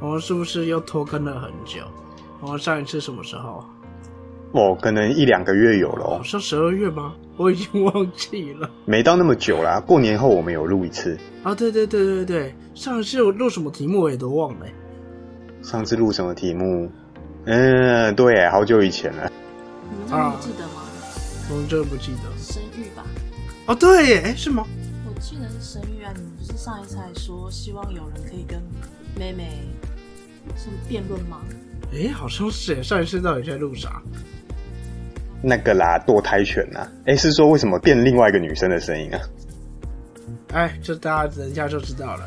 我们是不是又拖更了很久？我们上一次什么时候？ 可能1-2个月有了好像12月吗？我已经忘记了。 没到那么久啦。过年后我们有录一次。 啊，对，上一次我录什么题目我也都忘了。 上次录什么题目？对，好久以前了。 你们真的不记得吗？ 我们真的不记得。 生育吧？ 哦，对耶，是吗？ 我记得是生育啊！你们不是上一次还说希望有人可以跟妹妹是辩论吗？ 好像是耶。上一次到底在录啥？ 那个啦，堕胎权啊。是说为什么变另外一个女生的声音啊？ 这大家等一下就知道了。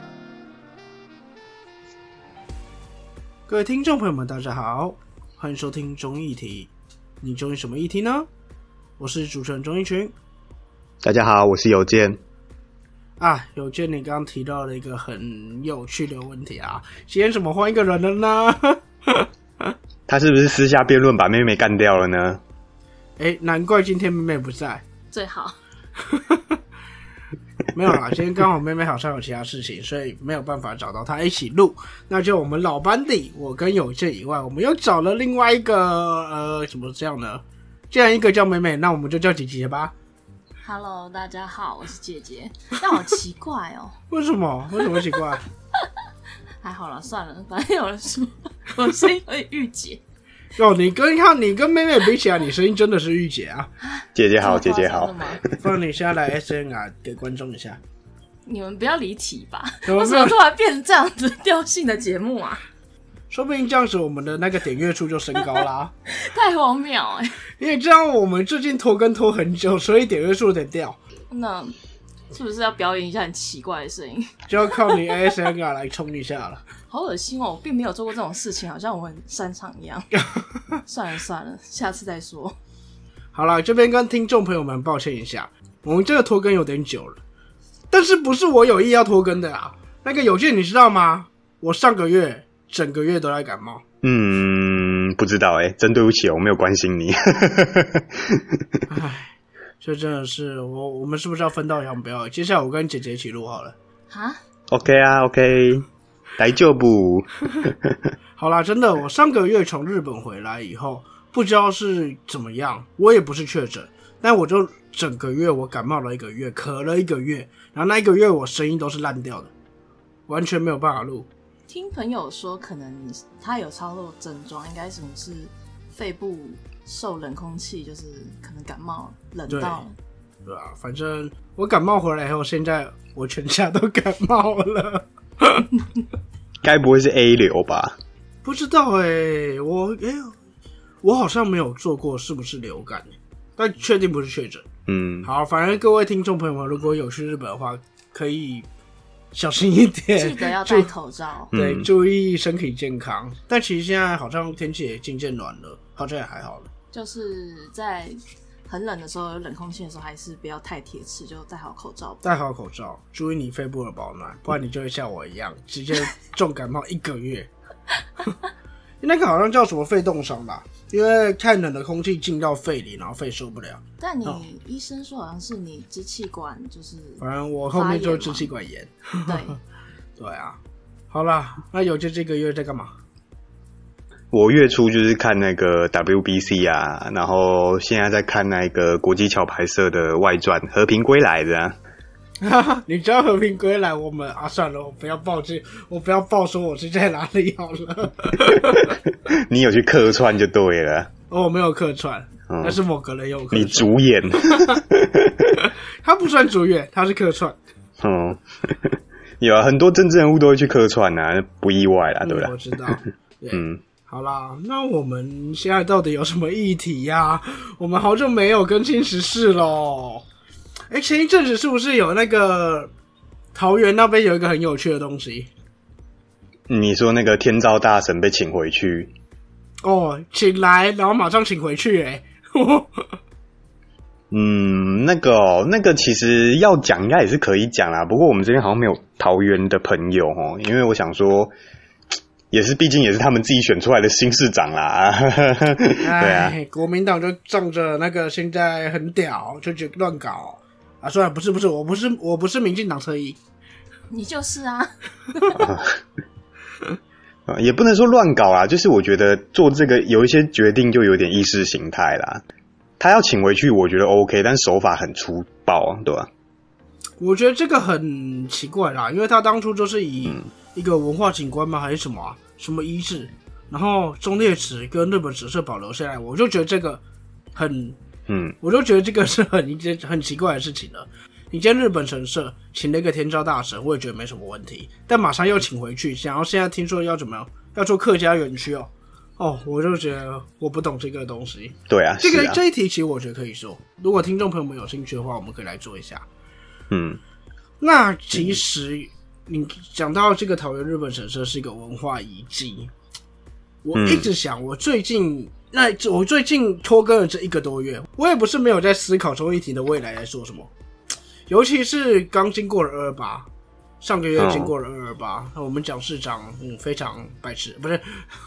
各位听众朋友们，大家好，欢迎收听中议题。你中意什么议题呢？我是主持人钟义群。 大家好，我是有健。 有健，你刚刚提到了一个很有趣的问题啊，今天怎么换一个人了呢？ 他是不是私下辩论把妹妹干掉了呢？ 难怪今天妹妹不在。 最好。 没有啦，今天刚好妹妹好像有其他事情，所以没有办法找到她一起录。那就我们老班底，我跟有健以外，我们又找了另外一个怎么这样呢？既然一个叫妹妹，那我们就叫姐姐吧。 Hello， 大家好，我是姐姐。但好奇怪哦。 为什么奇怪？ 还好啦，算了，反正有人说我声音会御姐。 你跟妹妹比起来，你声音真的是御姐啊！ 姐姐好，姐姐好。 不然你现在来 SNR 给观众一下。 你们不要离题吧？为什么突然变成这样子调性的节目啊？ 说不定这样子我们的那个点阅数就升高啦。 太荒谬因为这样我们最近拖更拖很久，所以点阅数得掉。 那是不是要表演一下很奇怪的声音？ 就要靠你 ASMR 来冲一下了。 好恶心哦！我并没有做过这种事情，好像我很擅长一样。算了，下次再说。 好了，这边跟听众朋友们抱歉一下，我们这个拖更有点久了，但是不是我有意要拖更的啊？那个有健你知道吗？我上个月整个月都在感冒。 不知道真对不起，我没有关心你。 这真的是我们是不是要分道扬镳？接下来我跟姐姐一起录好了。 OK 啊 ，OK。大丈夫。 好啦，真的，我上个月从日本回来以后，不知道是怎么样，我也不是确诊，但我就整个月我感冒了1个月，咳了1个月，然后那1个月我声音都是烂掉的，完全没有办法录。 听朋友说，可能他有超多症状，应该什么是肺部受冷空气，就是可能感冒冷到了。 对啊，反正我感冒回来以后，现在我全家都感冒了。 该不会是 A 流吧？ 不知道我好像没有做过是不是流感，但确定不是确诊。好，反正各位听众朋友们，如果有去日本的话，可以小心一点， 记得要戴口罩。 对，注意身体健康。但其实现在好像天气也渐渐暖了，好像也还好了。 就是在很冷的时候，有冷空气的时候，还是不要太铁齿，就戴好口罩。 戴好口罩，注意你肺部的保暖，不然你就会像我一样，直接重感冒1个月。那个好像叫什么肺冻伤吧，因为太冷的空气进到肺里，然后肺受不了。 但你医生说好像是你支气管就是反正我后面就是支气管炎。对啊。好啦，那有健这个月在干嘛？ 我月初就是看那个 WBC 啊，然后现在在看那个国际桥牌社的外传《和平归来》的啊。 你知道和平归来我们算了，我不要报说我是在哪里好了。 你有去客串就对了。 我没有客串，但是某个人有客串。 你主演。 他不算主演，他是客串。 有啊，很多政治人物都会去客串啊，不意外啦，对不对？ 我知道。好啦，那我们现在到底有什么议题呀？我们好久没有更新时事咯。前一阵子是不是有那个桃园那边有一个很有趣的东西？ 你说那个天照大神被请回去？ 请来，然后马上请回去那个其实要讲应该也是可以讲啦，不过我们这边好像没有桃园的朋友因为我想说毕竟也是他们自己选出来的新市长啦。对啊， 国民党就仗着那个现在很屌，就觉得乱搞啊！算了，不是，我不是民进党侧翼， 你就是啊。 也不能说乱搞啦，就是我觉得做这个有一些决定就有点意识形态啦。他要请回去，我觉得 OK， 但手法很粗暴啊，对吧？ 我觉得这个很奇怪啦，因为他当初就是以一个文化景观吗，还是什么啊，什么遗址，然后忠烈祠跟日本神社保留下来，我就觉得这个我就觉得这个是一件很奇怪的事情了。你今天日本神社请了一个天照大神，我也觉得没什么问题，但马上又请回去，然后现在听说要怎么样，要做客家园区我就觉得我不懂这个东西。 对啊， 这一题其实我觉得可以说，如果听众朋友们有兴趣的话，我们可以来做一下。那其实你讲到这个桃园日本神社是一个文化遗迹，我一直想，我最近拖更了这1个多月，我也不是没有在思考综艺题的未来在做什么，尤其是刚经过了228，上个月经过了228，我们蒋市长非常白痴，不是，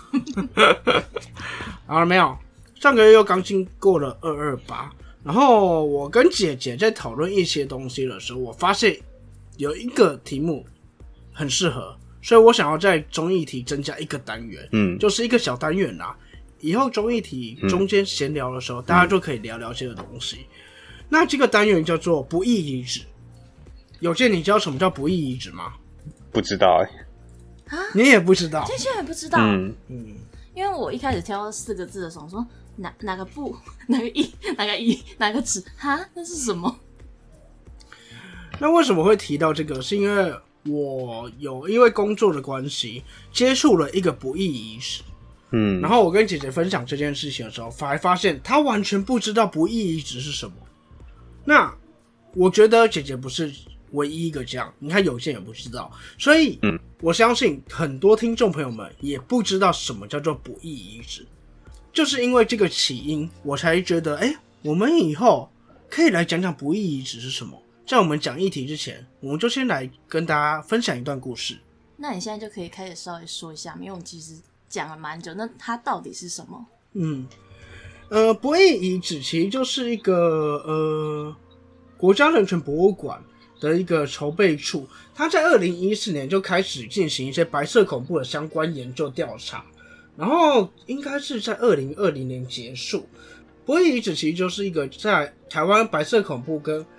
好了没有？上个月又刚经过了228，然后我跟姐姐在讨论一些东西的时候，我发现有一个题目很适合，所以我想要在综艺题增加一个单元，就是一个小单元啦。以后综艺题中间闲聊的时候，大家就可以聊聊这个东西。那这个单元叫做不义遗址。有健，你知道什么叫不义遗址吗？ 不知道你也不知道？ 这些也不知道。因为我一开始挑到4个字的时候，说哪个不，哪个义，哪个义，哪个址，那是什么？ 那为什么会提到这个？是因为我因为工作的关系接触了一个不义遗址。然后我跟姐姐分享这件事情的时候，反而发现她完全不知道不义遗址是什么。那我觉得姐姐不是唯一一个这样，你看有些人也不知道，所以我相信很多听众朋友们也不知道什么叫做不义遗址。就是因为这个起因，我才觉得我们以后可以来讲讲不义遗址是什么。在我们讲议题之前，我们就先来跟大家分享一段故事。 那你现在就可以开始稍微说一下，因为我们其实讲了蛮久，那它到底是什么？ 不义遗址其实就是一个国家人权博物馆的一个筹备处，它在2014年就开始进行一些白色恐怖的相关研究调查，然后应该是在2020年结束。不义遗址其实就是一个在台湾白色恐怖跟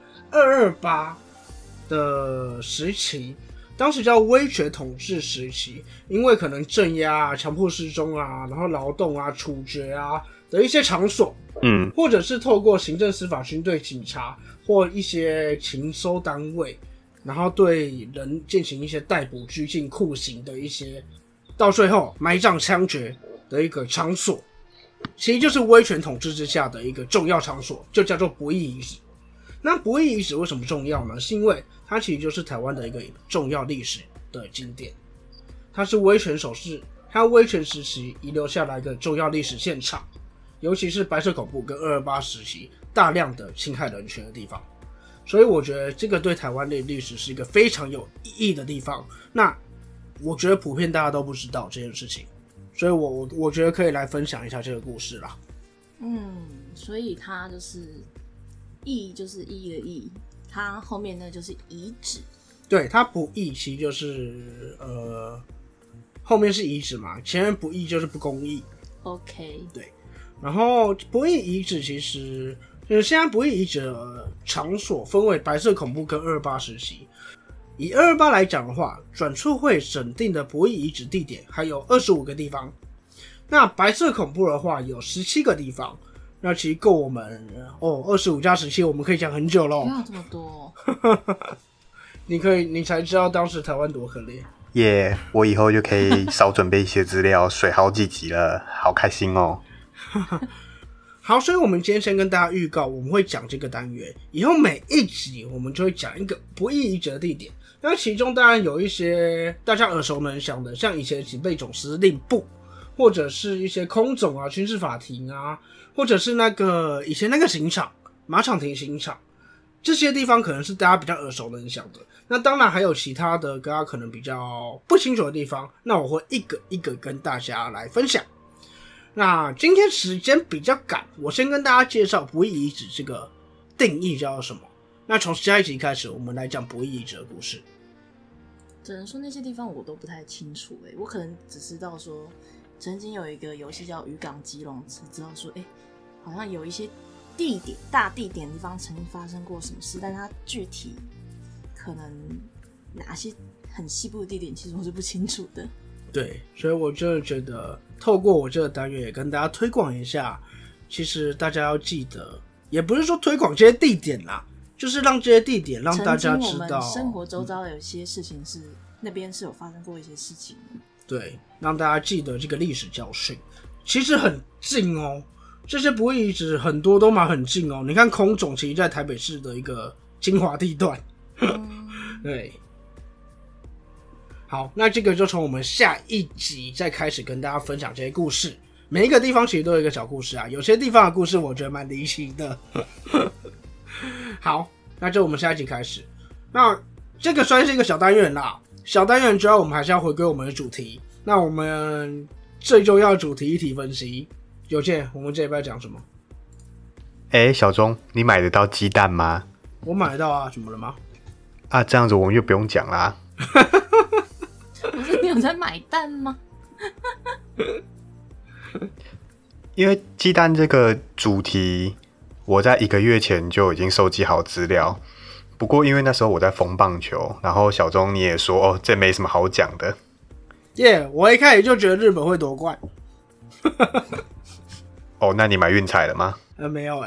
228的时期，当时叫威权统治时期，因为可能镇压强迫失踪然后劳动处决的一些场所，或者是透过行政司法军队警察或一些情搜单位，然后对人进行一些逮捕拘禁酷刑的一些，到最后埋葬枪决的一个场所，其实就是威权统治之下的一个重要场所，就叫做不义遗址。那不义遗址为什么重要呢？是因为它其实就是台湾的一个重要历史的经典，它是威权时期遗留下来的重要历史现场，尤其是白色恐怖跟228时期大量的侵害人权的地方，所以我觉得这个对台湾的历史是一个非常有意义的地方。那我觉得普遍大家都不知道这件事情，所以我觉得可以来分享一下这个故事啦。 所以它就是义，就是意义的义，它后面呢就是遗址。 对，它不义其实就是后面是遗址嘛，前面不义就是不公义。 OK， 对。然后不义遗址其实就是现在不义遗址的场所分为白色恐怖跟228时期。以228来讲的话，转处会审定的不义遗址地点还有25个地方，那白色恐怖的话有17个地方。那其实够我们25加17，我们可以讲很久咯。 不要这么多你才知道当时台湾多可怜。 我以后就可以少准备一些资料，水好几集了，好开心哦。 好，所以我们今天先跟大家预告，我们会讲这个单元，以后每一集我们就会讲一个不义遗址的地点。那其中当然有一些大家耳熟能详的，像以前警备总司令部，或者是一些空总军事法庭或者是以前那个刑场马场亭刑场，这些地方可能是大家比较耳熟能详的。那当然还有其他的大家可能比较不清楚的地方，那我会一个一个跟大家来分享。那今天时间比较赶，我先跟大家介绍不义遗址这个定义叫做什么。那从下一集开始，我们来讲不义遗址的故事。 只能说那些地方我都不太清楚我可能只知道说曾经有一个游戏叫渔港基隆，只知道说好像有一些大地点的地方曾经发生过什么事，但它具体可能哪些很细部的地点其实我是不清楚的。 对，所以我就觉得透过我这个单元也跟大家推广一下，其实大家要记得，也不是说推广这些地点啦，就是让这些地点让大家知道曾经我们生活周遭有些事情是那边是有发生过一些事情的。 对，让大家记得这个历史教训。其实很近哦，这些不会遗址很多都蛮很近哦。你看空总其实在台北市的一个精华地段。对。好，那这个就从我们下一集再开始跟大家分享这些故事。每一个地方其实都有一个小故事啊，有些地方的故事我觉得蛮离奇的。好，那就我们下一集开始。那这个算是一个小单元啦，小单元主要我们还是要回归我们的主题。那我们最重要的主题一题分析，有健，我们这礼拜讲什么？ 小钟，你买得到鸡蛋吗？ 我买得到啊，怎么了吗？ 啊，这样子我们就不用讲啦。 不是你有在买蛋吗？ 因为鸡蛋这个主题，我在1个月前就已经收集好资料。不过因为那时候我在疯棒球，然后小钟你也说这没什么好讲的。 我一开始就觉得日本会夺冠。 那你买运彩了吗？ 没有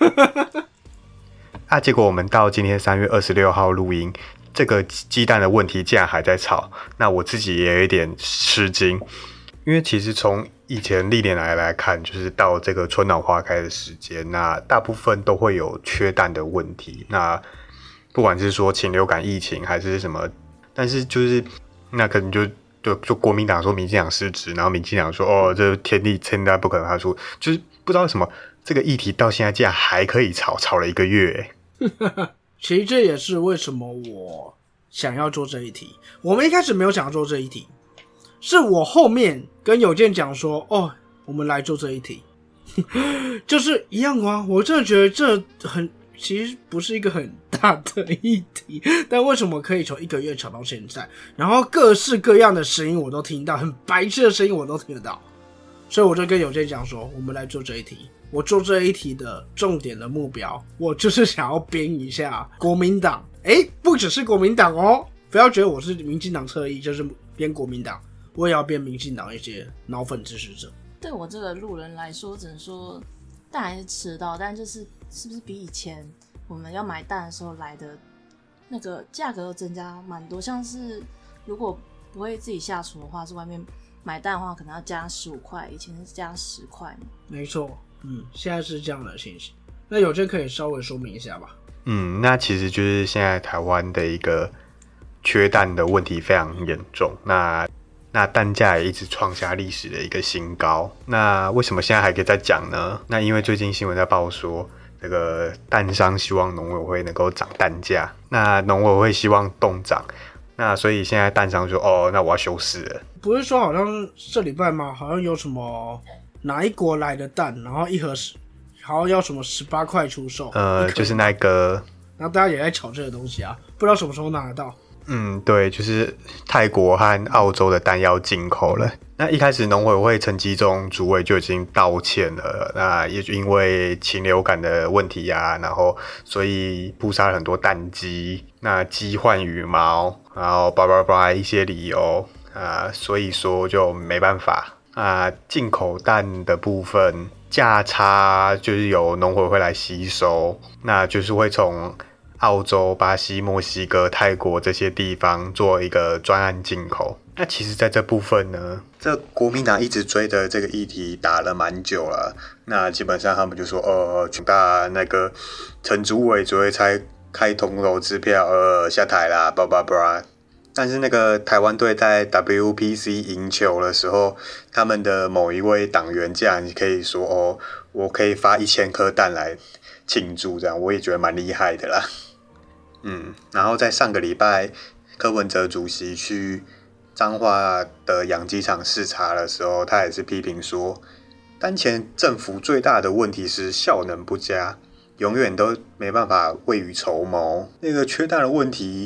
结果我们到今天3月26号录音，这个鸡蛋的问题竟然还在吵，那我自己也有一点吃惊。因为其实从以前历年来看，就是到这个春暖花开的时间，那大部分都会有缺蛋的问题。那不管是说禽流感疫情还是什么，但是就是那可能就国民党说民进党失职，然后民进党说这天地不可能发出，就是不知道为什么这个议题到现在竟然还可以吵了1个月。 其实这也是为什么我想要做这一题。我们一开始没有想要做这一题，是我后面跟有健讲说我们来做这一题。就是一样啊，我真的觉得这其实不是一个很大的议题，但为什么可以从1个月吵到现在？然后各式各样的声音我都听到，很白痴的声音我都听得到，所以我就跟有健讲说，我们来做这一题。我做这一题的重点的目标，我就是想要编一下国民党。不只是国民党哦，不要觉得我是民进党侧翼，就是编国民党，我也要编民进党一些脑粉支持者。 对我这个路人来说，只能说蛋还是吃得到，但就是是不是比以前我们要买蛋的时候来的那个价格增加蛮多？像是如果不会自己下厨的话，是外面买蛋的话，可能要加15块，以前是加10块嘛。 没错，现在是这样的情形。那有健可以稍微说明一下吧？ 那其实就是现在台湾的一个缺蛋的问题非常严重。那蛋价也一直创下历史的一个新高。那为什么现在还可以再讲呢？那因为最近新闻在报说，这个蛋商希望农委会能够涨蛋价，那农委会希望冻涨，那所以现在蛋商说那我要休市了。 不是说好像这礼拜吗？好像有什么哪一国来的蛋，然后一盒好像要什么18块出售。 就是那个， 然后大家也在炒这个东西啊，不知道什么时候拿得到。 对，就是泰国和澳洲的蛋要进口了。那一开始农委会陈吉仲主委就已经道歉了，那也因为禽流感的问题然后所以扑杀了很多蛋鸡，那鸡换羽毛，然后一些理由所以说就没办法进口蛋的部分价差就是由农委会来吸收，那就是会从澳洲、巴西、墨西哥、泰国这些地方做一个专案进口。那其实在这部分呢，这国民党一直追的这个议题打了蛮久了，那基本上他们就说全大那个陈主委只会开铜锣支票下台啦但是那个台湾队在 WPC 赢球的时候，他们的某一位党员竟然可以说我可以发1000颗蛋来庆祝，这样我也觉得蛮厉害的啦。然后在上个礼拜，柯文哲主席去彰化的养鸡场视察的时候，他也是批评说，当前政府最大的问题是效能不佳，永远都没办法未雨绸缪。那个缺蛋的问题，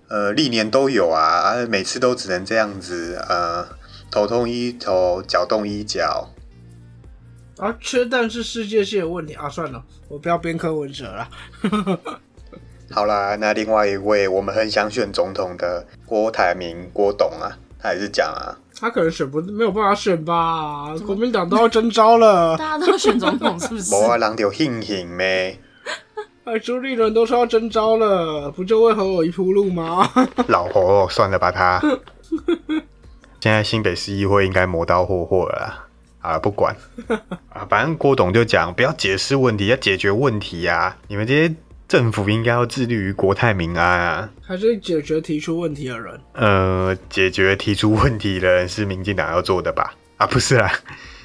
历年都有啊，每次都只能这样子，头痛医头，脚痛医脚。 啊，缺蛋是世界性的问题啊！算了，我不要编柯文哲了。 好啦，那另外一位我们很想选总统的郭台铭郭董啊，他也是讲啊， 他可能没有办法选吧？国民党都要征召了， 大家都要选总统是不是？ 没啊，人就兴兴咩？ 朱立伦都说要征召了，不就为何我一铺路吗？ 老侯，算了吧他。现在新北市议会应该磨刀霍霍了啦。啊，不管啊，反正郭董就讲，不要解释问题，要解决问题啊！你们这些政府应该要致力于国泰民安啊， 还是解决提出问题的人？ 解决提出问题的人是民进党要做的吧？啊，不是啦。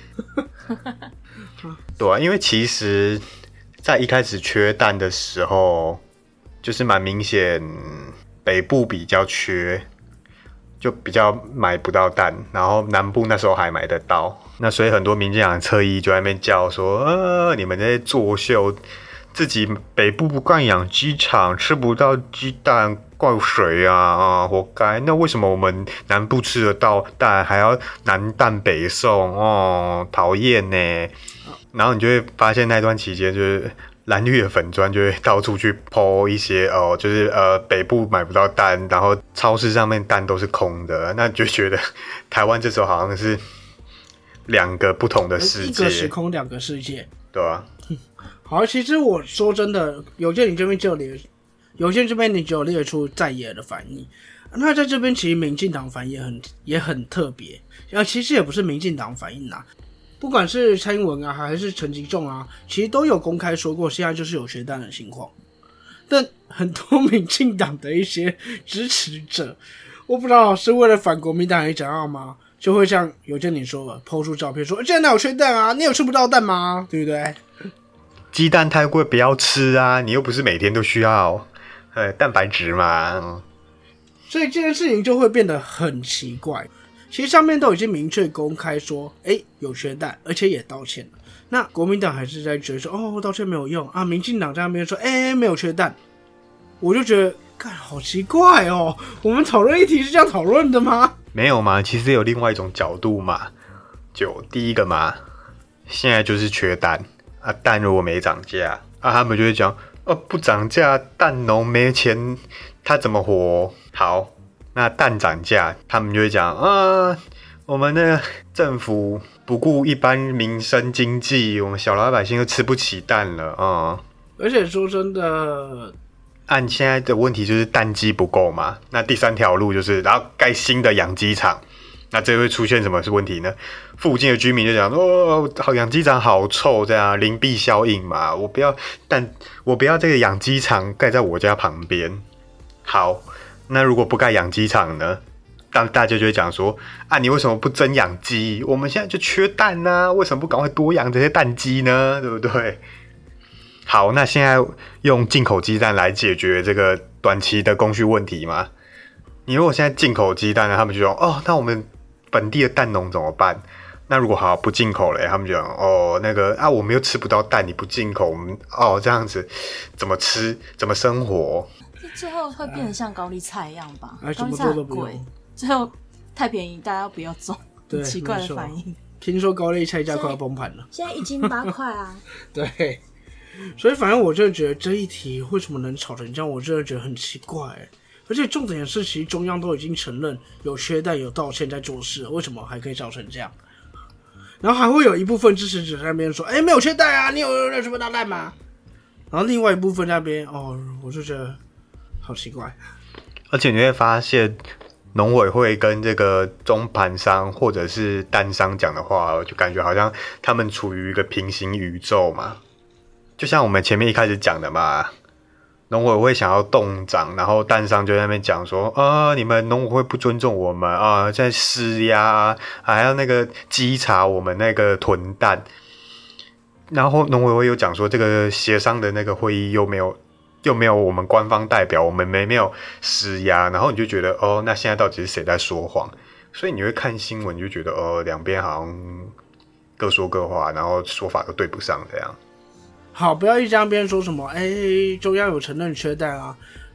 对啊，因为其实在一开始缺蛋的时候，就是蛮明显北部比较缺，就比较买不到蛋，然后南部那时候还买得到，那所以很多民进党侧翼就在那边叫说，你们这些作秀，自己北部不干养鸡场，吃不到鸡蛋，怪谁啊？活该！那为什么我们南部吃得到蛋，还要南蛋北送？哦，讨厌呢！然后你就会发现那段期间，就是蓝绿的粉专就会到处去 po 一些就是北部买不到蛋，然后超市上面蛋都是空的，那就觉得台湾这时候好像是两个不同的世界， 一个时空两个世界， 对啊。 好，其实我说真的，有见你这边你就列出在野的反应。那在这边其实民进党反应也很特别，其实也不是民进党反应啦，不管是蔡英文啊还是陈吉仲啊，其实都有公开说过现在就是有缺蛋的情况。但很多民进党的一些支持者，我不知道是为了反国民党还是怎样吗，就会像有见你说了 po 出照片说现在哪有缺蛋啊，你有吃不到蛋吗？对不对？ 鸡蛋太贵，不要吃啊！你又不是每天都需要，蛋白质嘛。 所以这件事情就会变得很奇怪。其实上面都已经明确公开说，有缺蛋，而且也道歉了。那国民党还是在觉得说，道歉没有用啊。民进党在那边说，没有缺蛋，我就觉得，干好奇怪哦。我们讨论议题是这样讨论的吗？ 没有嘛，其实有另外一种角度嘛。就第一个嘛，现在就是缺蛋。啊，蛋如果没涨价，他们就会讲，不涨价，蛋农没钱，他怎么活？好，那蛋涨价，他们就会讲，我们的政府不顾一般民生经济，我们小老百姓都吃不起蛋了而且说真的， 按现在的问题就是蛋鸡不够嘛，那第三条路就是，然后盖新的养鸡场。那这会出现什么问题呢？附近的居民就讲好养鸡场好臭，这样邻避效应嘛，我不要这个养鸡场盖在我家旁边。好，那如果不盖养鸡场呢？大家就会讲说你为什么不增养鸡？我们现在就缺蛋啊，为什么不赶快多养这些蛋鸡呢？对不对？好，那现在用进口鸡蛋来解决这个短期的供需问题吗？你如果现在进口鸡蛋呢，他们就说那我们本地的蛋农怎么办？那如果好不进口了，他们就讲我们又吃不到蛋，你不进口，我们这样子怎么吃怎么生活？ 最后会变得像高丽菜一样吧？ 高丽菜很贵，最后太便宜，大家不要种，很奇怪的反应。 听说高丽菜价快要崩盘了， 现在1斤8块啊。 对，所以反正我真的觉得这一题为什么能吵成这样，我真的觉得很奇怪。而且重点是，其实中央都已经承认有缺蛋、有道歉在做事，为什么还可以吵成这样？然后还会有一部分支持者在那边说：“没有缺蛋啊，你有吃不到蛋吗？”然后另外一部分在那边我就觉得好奇怪。 而且你会发现，农委会跟这个中盘商或者是蛋商讲的话，就感觉好像他们处于一个平行宇宙嘛。就像我们前面一开始讲的嘛。农委会想要冻涨，然后蛋商就在那边讲说你们农委会不尊重我们在施压还要那个稽查我们那个囤蛋，然后农委会又讲说这个协商的那个会议又没有我们官方代表，我们没有施压，然后你就觉得那现在到底是谁在说谎？所以你会看新闻就觉得两边好像各说各话，然后说法都对不上这样。 好，不要一张边说什么中央有承认缺蛋啊，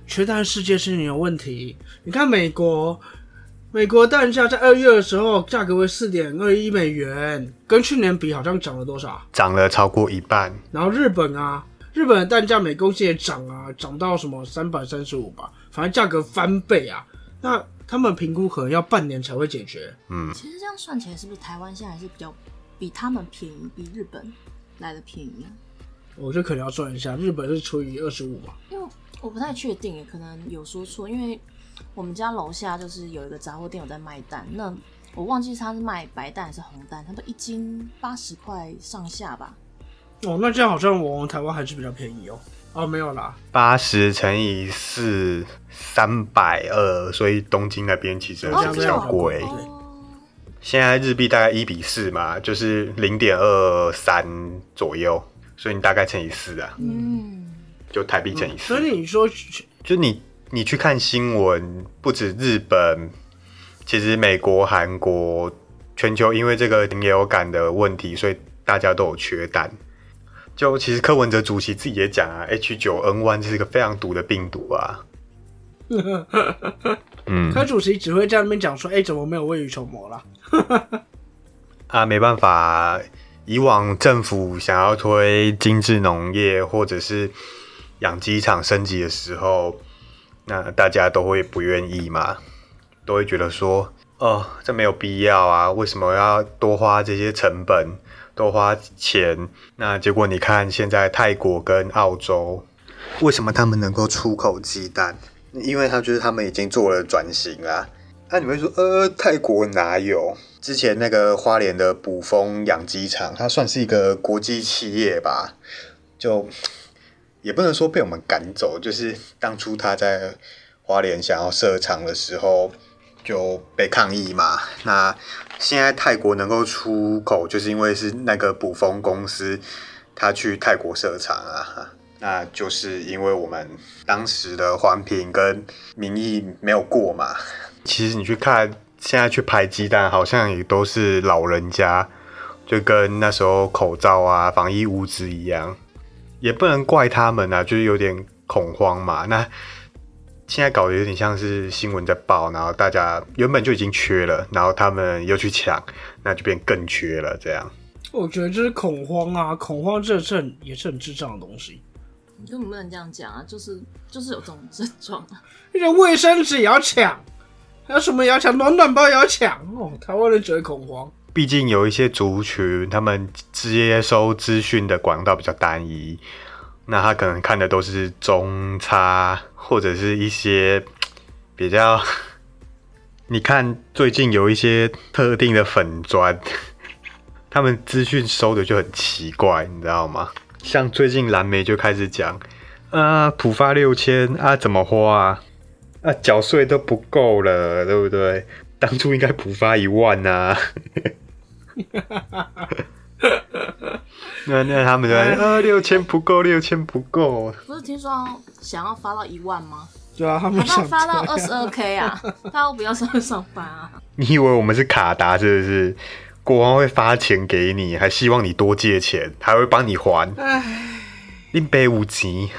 缺蛋世界是你有问题。你看美国蛋价在2月的时候价格为4.21美元，跟去年比好像涨了多少？ 涨了超过一半。 然后日本的蛋价每公斤也涨涨到什么335吧，反正价格翻倍啊。那他们评估可能要半年才会解决。 其实这样算起来，是不是台湾现在还是比他们便宜，比日本来的便宜啊？ 我就可能要算一下，日本是除以25嘛。 因为我不太确定，可能有说错，因为我们家楼下就是有一个杂货店有在卖蛋，那我忘记他是卖白蛋还是红蛋，他都1斤80块上下吧。 那这样好像我们台湾还是比较便宜哦。没有啦 ，80乘以4 320，所以东京那边其实比较贵。现在日币大概1:4嘛，就是 0.23 左右，所以你大概乘以4啊，就台币乘以4。 所以你说， 就你去看新闻，不止日本，其实美国、韩国、全球因为这个禽流感的问题，所以大家都有缺蛋。就其实柯文哲主席自己也讲啊 ，H9N1 是一个非常毒的病毒啊。 柯主席只会在那边讲说，怎么没有未雨绸缪啦？ 没办法，以往政府想要推精致农业或者是养鸡场升级的时候，那大家都会不愿意嘛，都会觉得说，这没有必要啊，为什么要多花这些成本？多花钱，那结果你看现在泰国跟澳洲，为什么他们能够出口鸡蛋？因为他们已经做了转型啦。你会说，泰国哪有？之前那个花莲的捕风养鸡场，它算是一个国际企业吧，就也不能说被我们赶走，就是当初他在花莲想要设厂的时候就被抗议嘛。那现在泰国能够出口，就是因为是那个捕风公司他去泰国设厂啊，那就是因为我们当时的环评跟民意没有过嘛。其实你去看现在去排鸡蛋，好像也都是老人家，就跟那时候口罩啊、防疫物资一样，也不能怪他们啊，就是有点恐慌嘛。那现在搞得有点像是新闻在报，然后大家原本就已经缺了，然后他们又去抢，那就变更缺了这样。 我觉得这是恐慌啊，恐慌这也是很智障的东西。 你根本不能这样讲啊，就是有这种症状啊。 连卫生纸也要抢，还有什么也要抢，暖包也要抢台湾人只会恐慌。 毕竟有一些族群，他们接收资讯的管道比较单一。那他可能看的都是中差，或者是一些比较，你看最近有一些特定的粉专，他们资讯收的就很奇怪，你知道吗？像最近蓝莓就开始讲，普发6000怎么花缴税都不够了，对不对？当初应该普发1万啊。那他们就6000不够，6000不够。 不是听说想要发到1万吗？ 对啊，他们想发到22K 啊，大家都不要上班啊！ 你以为我们是卡达是不是？国王会发钱给你，还希望你多借钱，还会帮你还。你背无钱。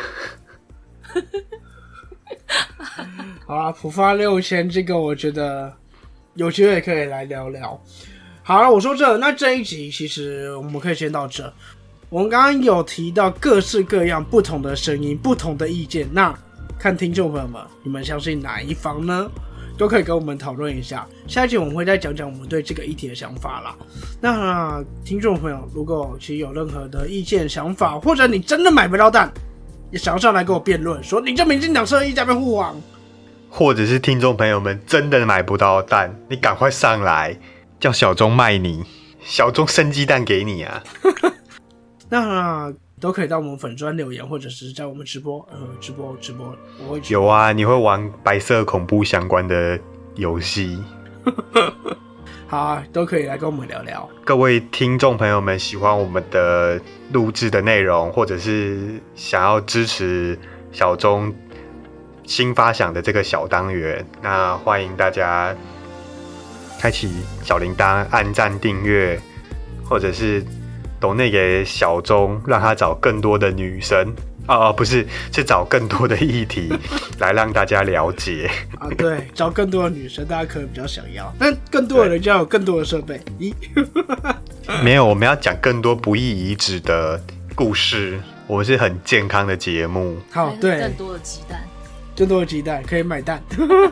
好啦，普发6000这个，我觉得有机会可以来聊聊。好了，我说那这一集其实我们可以先到这。我们刚刚有提到各式各样不同的声音、不同的意见，那看听众朋友们，你们相信哪一方呢？都可以跟我们讨论一下。下一集我们会再讲讲我们对这个议题的想法啦。那听众朋友，如果其实有任何的意见、想法，或者你真的买不到蛋，也想要上来跟我辩论，说你这民进党侧翼在那边护航， 或者是听众朋友们真的买不到蛋，你赶快上来。叫小钟卖你，小钟生鸡蛋给你啊！ 那都可以到我们粉专留言，或者是在我们直播，我会有啊，你会玩白色恐怖相关的游戏， 好啊，都可以来跟我们聊聊。 各位听众朋友们，喜欢我们的录制的内容，或者是想要支持小钟新发想的这个小单元，那欢迎大家开启小铃铛，按赞订阅，或者是抖内给小钟，让他找更多的女生不是，是找更多的议题来让大家了解啊。对，找更多的女生，大家可能比较想要，但更多的人就要有更多的设备。咦， 没有，我们要讲更多不易遗址的故事。我们是很健康的节目。 好，对， 更多的鸡蛋， 更多的鸡蛋可以买蛋。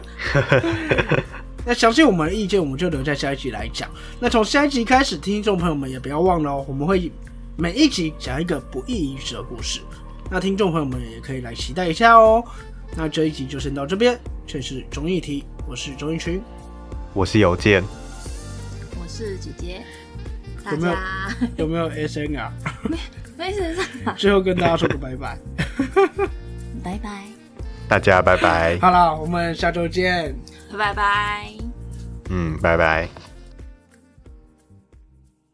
那详细我们的意见，我们就留在下一集来讲。那从下一集开始，听众朋友们也不要忘了我们会每一集讲一个不易遗址的故事。那听众朋友们也可以来期待一下哦。那这一集就先到这边，这是综艺题，我是钟义群， 我是邮件， 我是姐姐，大家有没有 SNR？ 没事， 最后跟大家说个拜拜， 拜拜， 大家拜拜。 好啦，我们下周见， 拜拜， 拜拜。